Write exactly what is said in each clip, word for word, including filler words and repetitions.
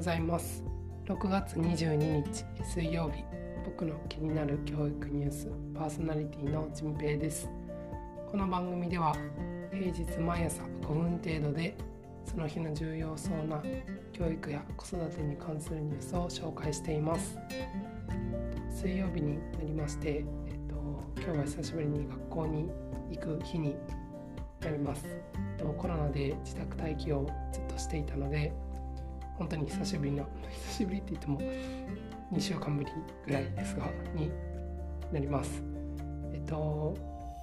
ございます。ろくがつにじゅうににち水曜日、僕の気になる教育ニュースパーソナリティのじんぺいです。この番組では平日毎朝ごふん程度でその日の重要そうな教育や子育てに関するニュースを紹介しています。水曜日になりまして、えっと、今日は久しぶりに学校に行く日になります。コロナで自宅待機をずっとしていたので、本当に久しぶりの久しぶりって言ってもにしゅうかんぶりぐらいですがになります。えっと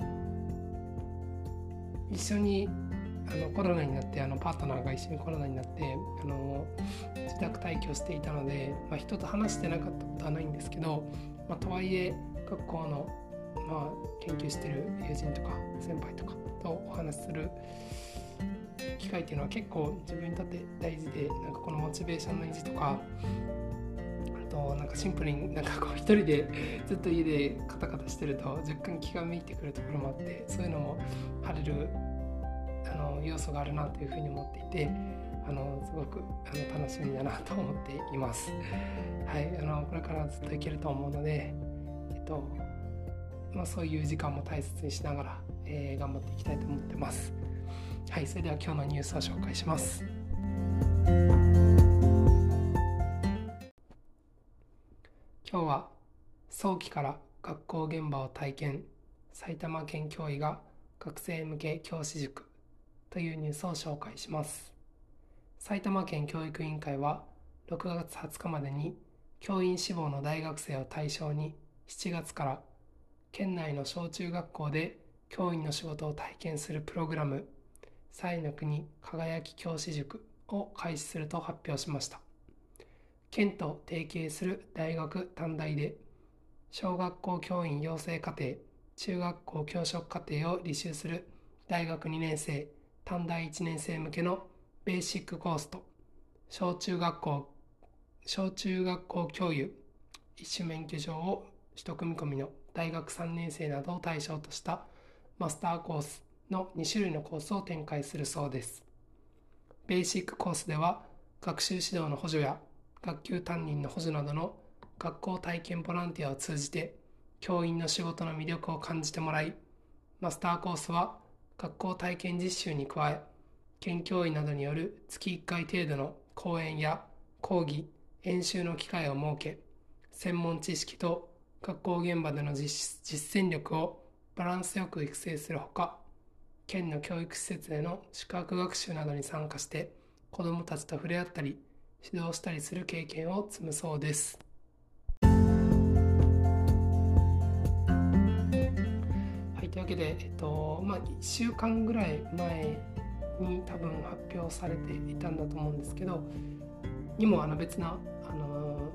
一緒にあのコロナになってあのパートナーが一緒にコロナになってあの自宅待機をしていたので、まあ、人と話してなかったことはないんですけど、まあ、とはいえ学校の、まあ、研究してる友人とか先輩とかとお話しする機会っていうのは結構自分にとって大事で、なんかこのモチベーションの維持とか、あとなんかシンプルになんかこう一人でずっと家でカタカタしてると若干気がめいてくるところもあって、そういうのも晴れるあの要素があるなというふうに思っていて、あのすごくあの楽しみだなと思っています。はい、あのこれからずっといけると思うので、えっとまあ、そういう時間も大切にしながら、えー、頑張っていきたいと思ってます。はい、それでは今日のニュースを紹介します。今日は早期から学校現場を体験、埼玉県教委が学生向け教師塾というニュースを紹介します。埼玉県教育委員会はろくがつはつかまでに教員志望の大学生を対象にしちがつから県内の小中学校で教員の仕事を体験するプログラム彩の国輝き教師塾を開始すると発表しました。県と提携する大学短大で小学校教員養成課程、中学校教職課程を履修する大学にねんせい、短大いちねんせい向けのベーシックコースと小中学校小中学校教諭一種免許証を取得見込みの大学さんねんせいなどを対象としたマスターコースのにしゅるいのコースを展開するそうです。ベーシックコースでは学習指導の補助や学級担任の補助などの学校体験ボランティアを通じて教員の仕事の魅力を感じてもらい、マスターコースは学校体験実習に加え、県教委などによるつきいっかい程度の講演や講義、演習の機会を設け、専門知識と学校現場での 実, 実践力をバランスよく育成するほか、県の教育施設での宿泊学習などに参加して子どもたちと触れ合ったり指導したりする経験を積むそうです。はい、というわけで、えっとまあ、いっしゅうかんぐらい前に多分発表されていたんだと思うんですけど、にもあの別な、あの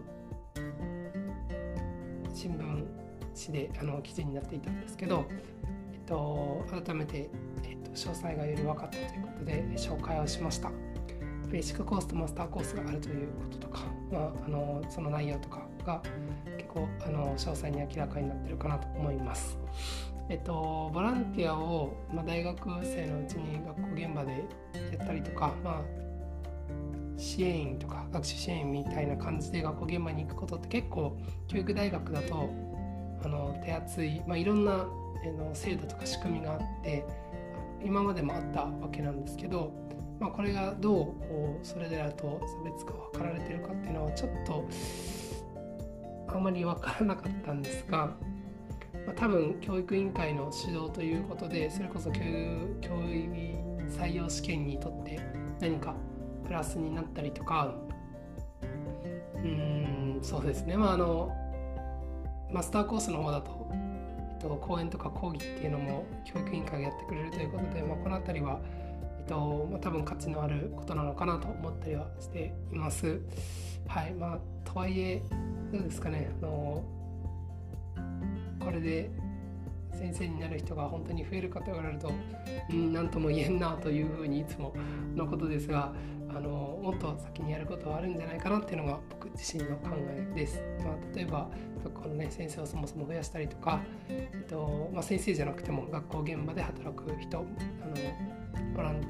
ー、新聞紙であの記事になっていたんですけど、えっと、改めて、えっと、詳細がより分かったということで紹介をしました。ベーシックコースとマスターコースがあるということとか、まあ、あのその内容とかが結構あの詳細に明らかになっているかなと思います。えっと、ボランティアを、まあ、大学生のうちに学校現場でやったりとか、まあ、支援員とか学習支援員みたいな感じで学校現場に行くことって結構教育大学だとあの手厚い、まあ、いろんな制度とか仕組みがあって今までもあったわけなんですけど、まあ、これがどうそれぞれと差別化を図られているかっていうのはちょっとあまり分からなかったんですが、まあ、多分教育委員会の指導ということで、それこそ教育、教育採用試験にとって何かプラスになったりとか、うーんそうですね、まあ、あのマスターコースの方だと、えっと、講演とか講義っていうのも教育委員会がやってくれるということで、まあ、このあたりは、えっとまあ、多分価値のあることなのかなと思ったりはしています。はい、まあとはいえどうですかね、あのこれで先生になる人が本当に増えるかと言われると、うん、何とも言えんなというふうにいつものことですが、あのもっと先にやることはあるんじゃないかなっていうのが僕自身の考えです。まあ、例えばこの、ね、先生をそもそも増やしたりとか、えっとまあ、先生じゃなくても学校現場で働く人、あのボランテ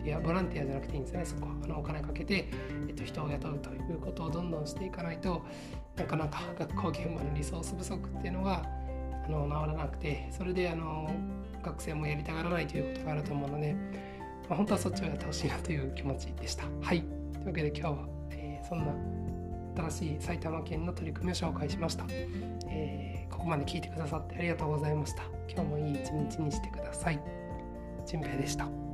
ティアボランティアじゃなくていいんですよね。そこはあのお金かけて、えっと、人を雇うということをどんどんしていかないと、なかなか学校現場のリソース不足っていうのがあの治らなくて、それであの学生もやりたがらないということがあると思うので、まあ、本当はそっちをやってほしいなという気持ちでした。はい、というわけで今日は、えー、そんな新しい埼玉県の取り組みを紹介しました。えー、ここまで聞いてくださってありがとうございました。今日もいい一日にしてください。純平でした。